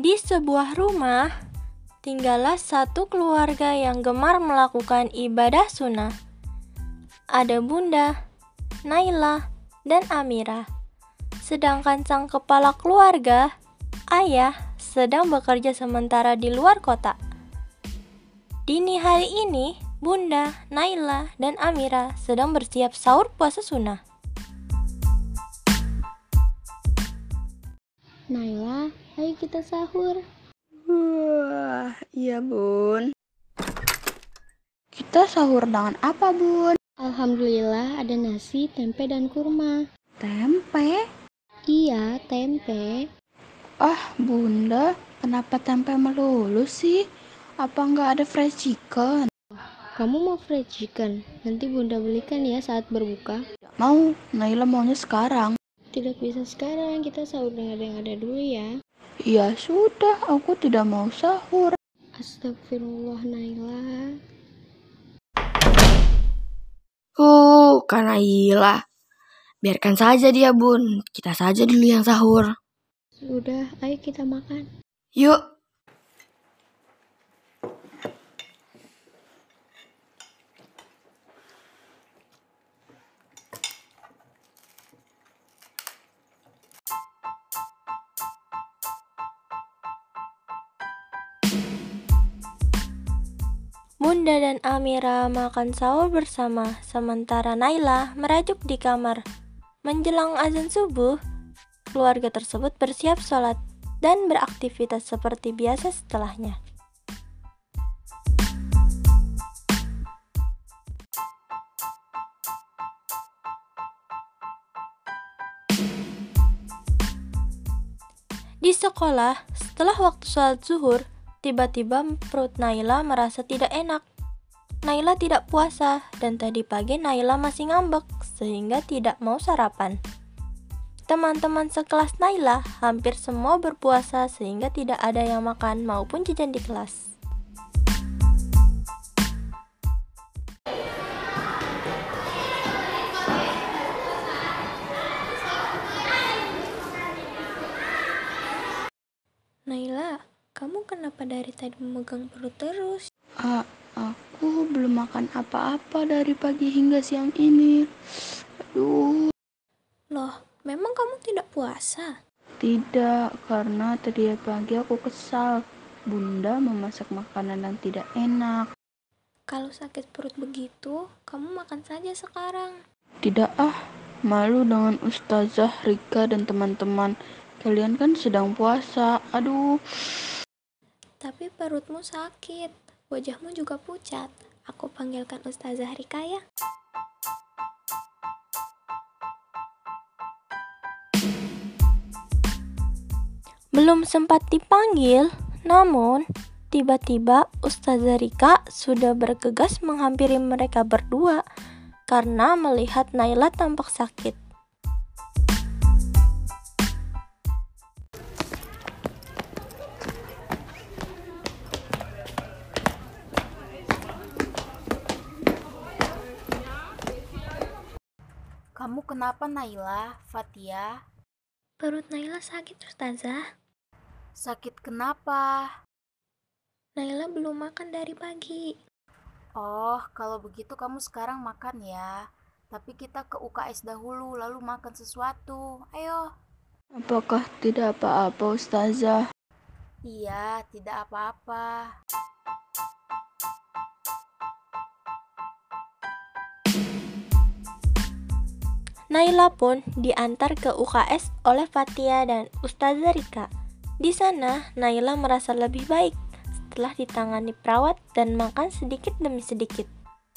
Di sebuah rumah, tinggallah satu keluarga yang gemar melakukan ibadah sunnah. Ada Bunda, Naila, dan Amira. Sedangkan sang kepala keluarga, ayah, sedang bekerja sementara di luar kota. Dini hari ini, Bunda, Naila, dan Amira sedang bersiap sahur puasa sunnah. Naila, ayo kita sahur. Wah, iya Bun. Kita sahur dengan apa Bun? Alhamdulillah ada nasi, tempe, dan kurma. Tempe? Iya, tempe. Bunda, kenapa tempe melulu sih? Apa nggak ada fried chicken? Kamu mau fried chicken? Nanti Bunda belikan ya saat berbuka. Tidak mau, Naila maunya sekarang. Tidak bisa sekarang, kita sahur dengan yang ada dulu ya. Ya sudah, aku tidak mau sahur. Astagfirullah Naila. Kak Naila. Biarkan saja dia Bun, kita saja dulu yang sahur. Sudah, ayo kita makan. Yuk. Bunda dan Amira makan sahur bersama, sementara Naila merajuk di kamar. Menjelang azan subuh, keluarga tersebut bersiap sholat dan beraktivitas seperti biasa setelahnya. Di sekolah, setelah waktu sholat zuhur, tiba-tiba perut Naila merasa tidak enak. Naila tidak puasa dan tadi pagi Naila masih ngambek sehingga tidak mau sarapan. Teman-teman sekelas Naila hampir semua berpuasa sehingga tidak ada yang makan maupun jajan di kelas. Naila, kamu kenapa dari tadi memegang perut terus? Aku belum makan apa-apa dari pagi hingga siang ini. Aduh. Loh, memang kamu tidak puasa? Tidak, karena tadi pagi aku kesal. Bunda memasak makanan yang tidak enak. Kalau sakit perut begitu, kamu makan saja sekarang. Tidak malu dengan Ustazah Rika dan teman-teman. Kalian kan sedang puasa. Aduh. Tapi perutmu sakit, wajahmu juga pucat. Aku panggilkan Ustazah Rika ya. Belum sempat dipanggil, namun tiba-tiba Ustazah Rika sudah bergegas menghampiri mereka berdua karena melihat Naila tampak sakit. Kamu kenapa Naila, Fatia? Perut Naila sakit, Ustazah. Sakit kenapa? Naila belum makan dari pagi. Oh, kalau begitu kamu sekarang makan ya. Tapi kita ke UKS dahulu, lalu makan sesuatu. Ayo. Apakah tidak apa-apa Ustazah? Iya, tidak apa-apa. Naila pun diantar ke UKS oleh Fatia dan Ustazah Rika. Di sana, Naila merasa lebih baik setelah ditangani perawat dan makan sedikit demi sedikit.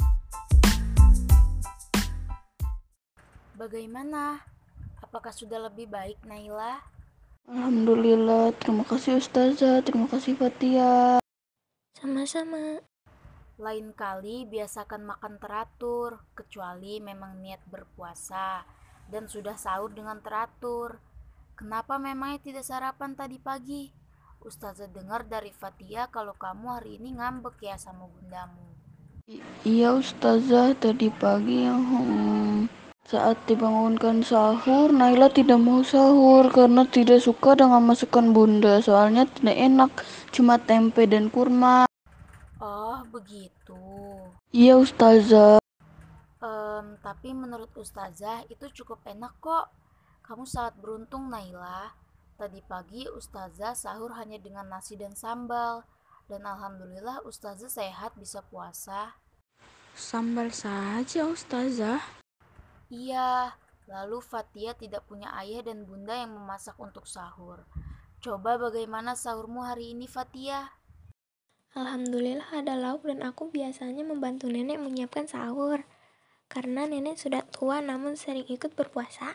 Bagaimana? Apakah sudah lebih baik, Naila? Alhamdulillah, terima kasih Ustazah, terima kasih Fatia. Sama-sama. Lain kali biasakan makan teratur, kecuali memang niat berpuasa dan sudah sahur dengan teratur. Kenapa memangnya tidak sarapan tadi pagi? Ustazah dengar dari Fatia kalau kamu hari ini ngambek ya sama bundamu. Iya Ustazah, tadi pagi Saat dibangunkan sahur, Naila tidak mau sahur karena tidak suka dengan masakan bunda. Soalnya tidak enak, cuma tempe dan kurma. Oh, begitu. Iya Ustazah. Tapi menurut Ustazah itu cukup enak kok. Kamu sangat beruntung, Naila. Tadi pagi Ustazah sahur hanya dengan nasi dan sambal. Dan alhamdulillah Ustazah sehat bisa puasa. Sambal saja Ustazah. Iya, lalu Fatia tidak punya ayah dan bunda yang memasak untuk sahur. Coba bagaimana sahurmu hari ini, Fatia? Alhamdulillah ada lauk dan aku biasanya membantu nenek menyiapkan sahur. Karena nenek sudah tua namun sering ikut berpuasa.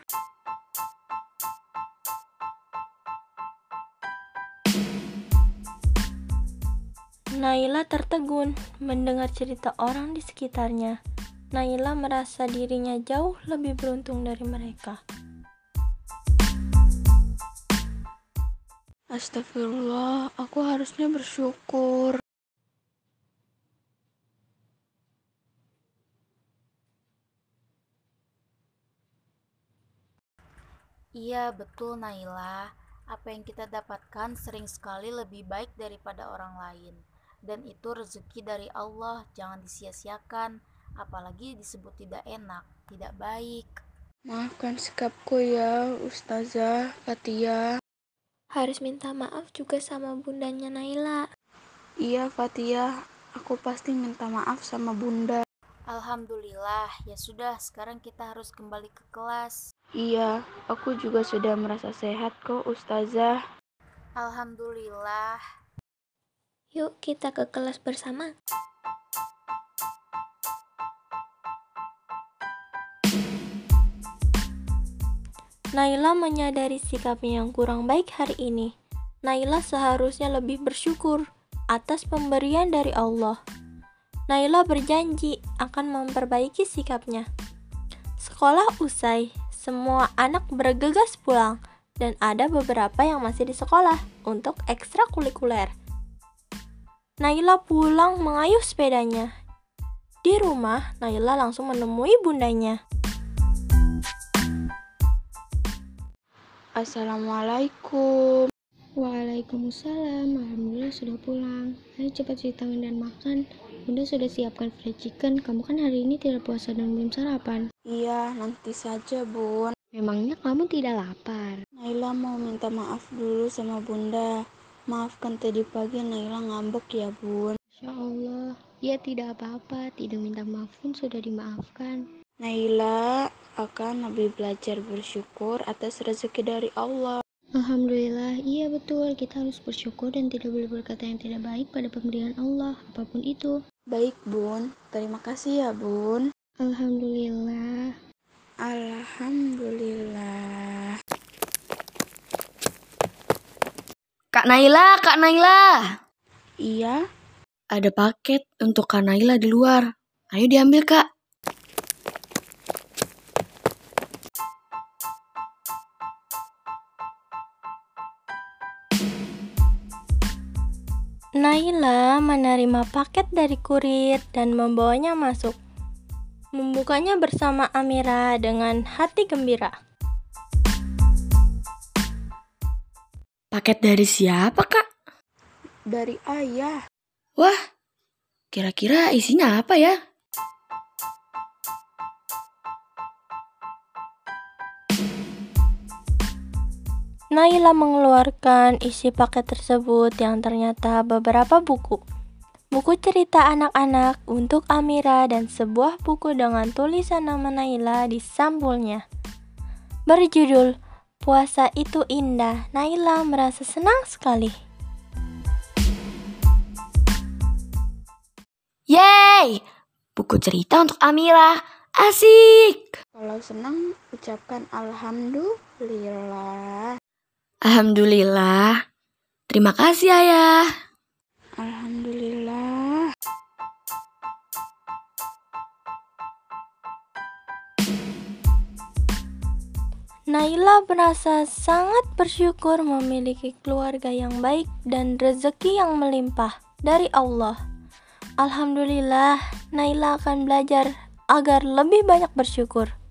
Naila tertegun mendengar cerita orang di sekitarnya. Naila merasa dirinya jauh lebih beruntung dari mereka. Astagfirullah, aku harusnya bersyukur. Iya, betul Naila. Apa yang kita dapatkan sering sekali lebih baik daripada orang lain. Dan itu rezeki dari Allah, jangan disia-siakan. Apalagi disebut tidak enak, tidak baik. Maafkan sikapku ya Ustazah Fatia. Harus minta maaf juga sama bundanya Naila. Iya Fatia, aku pasti minta maaf sama bunda. Alhamdulillah, ya sudah, sekarang kita harus kembali ke kelas. Iya, aku juga sudah merasa sehat kok Ustazah. Alhamdulillah. Yuk kita ke kelas bersama. Naila menyadari sikapnya yang kurang baik hari ini. Naila seharusnya lebih bersyukur atas pemberian dari Allah. Naila berjanji akan memperbaiki sikapnya. Sekolah usai, semua anak bergegas pulang dan ada beberapa yang masih di sekolah untuk ekstrakurikuler. Naila pulang mengayuh sepedanya. Di rumah, Naila langsung menemui bundanya. Assalamualaikum. Waalaikumsalam, alhamdulillah sudah pulang. Ayo cepat cuci tangan dan makan. Bunda sudah siapkan fried chicken. Kamu kan hari ini tidak puasa dan belum sarapan. Iya, nanti saja Bun. Memangnya kamu tidak lapar? Naila mau minta maaf dulu sama bunda. Maafkan tadi pagi Naila ngambek ya Bun. Insya Allah, ya tidak apa-apa. Tidak minta maaf pun sudah dimaafkan. Naila akan lebih belajar bersyukur atas rezeki dari Allah. Alhamdulillah, iya betul. Kita harus bersyukur dan tidak boleh berkata yang tidak baik pada pemberian Allah, apapun itu. Baik Bun, terima kasih ya Bun. Alhamdulillah. Alhamdulillah. Kak Naila, Kak Naila. Iya, Ada paket untuk Kak Naila di luar. Ayo diambil, Kak. Naila menerima paket dari kurir dan membawanya masuk. Membukanya bersama Amira dengan hati gembira. Paket dari siapa, Kak? dari ayah. Wah, kira-kira isinya apa ya? Naila mengeluarkan isi paket tersebut yang ternyata beberapa buku. Buku cerita anak-anak untuk Amira dan sebuah buku dengan tulisan nama Naila di sampulnya. Berjudul Puasa Itu Indah. Naila merasa senang sekali. Yeay! Buku cerita untuk Amira. Asik! Kalau senang, ucapkan Alhamdulillah. Alhamdulillah. Terima kasih, Ayah. Alhamdulillah. Naila merasa sangat bersyukur memiliki keluarga yang baik dan rezeki yang melimpah dari Allah. Alhamdulillah, Naila akan belajar agar lebih banyak bersyukur.